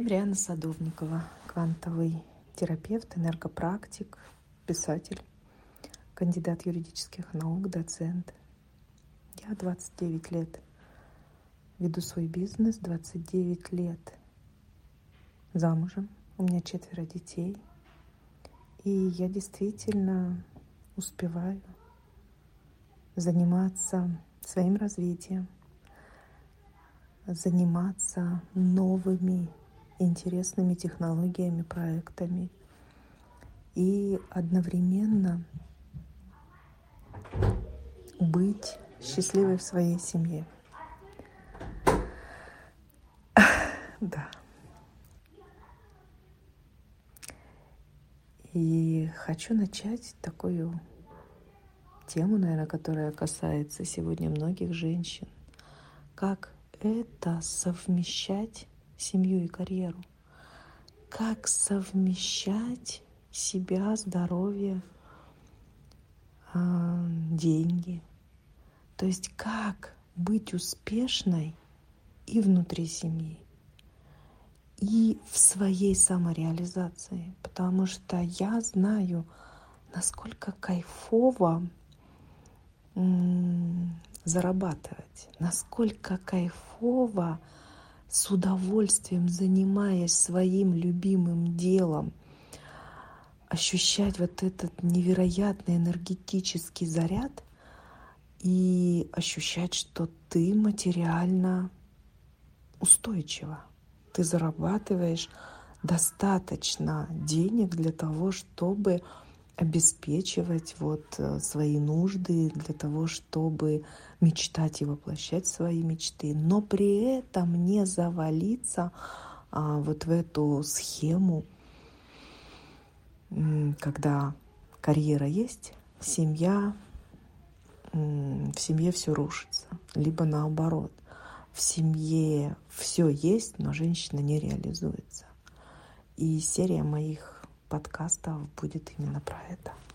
Адриана Садовникова, квантовый терапевт, энергопрактик, писатель, кандидат юридических наук, доцент. Я 29 лет веду свой бизнес, 29 лет замужем, у меня 4 детей. И я действительно успеваю заниматься своим развитием, заниматься новыми интересными технологиями, проектами и одновременно быть счастливой в своей семье. Да. И хочу начать такую тему, наверное, которая касается сегодня многих женщин. Как это совмещать семью и карьеру? Как совмещать себя, здоровье, деньги? То есть как быть успешной и внутри семьи, и в своей самореализации? Потому что я знаю, насколько кайфово зарабатывать, насколько кайфово с удовольствием, занимаясь своим любимым делом, ощущать вот этот невероятный энергетический заряд и ощущать, что ты материально устойчива. Ты зарабатываешь достаточно денег для того, чтобы обеспечивать свои нужды, для того, чтобы мечтать и воплощать свои мечты, но при этом не завалиться в эту схему, когда карьера есть, в семье все рушится, либо наоборот, в семье все есть, но женщина не реализуется. И серия моих подкастов будет именно про это.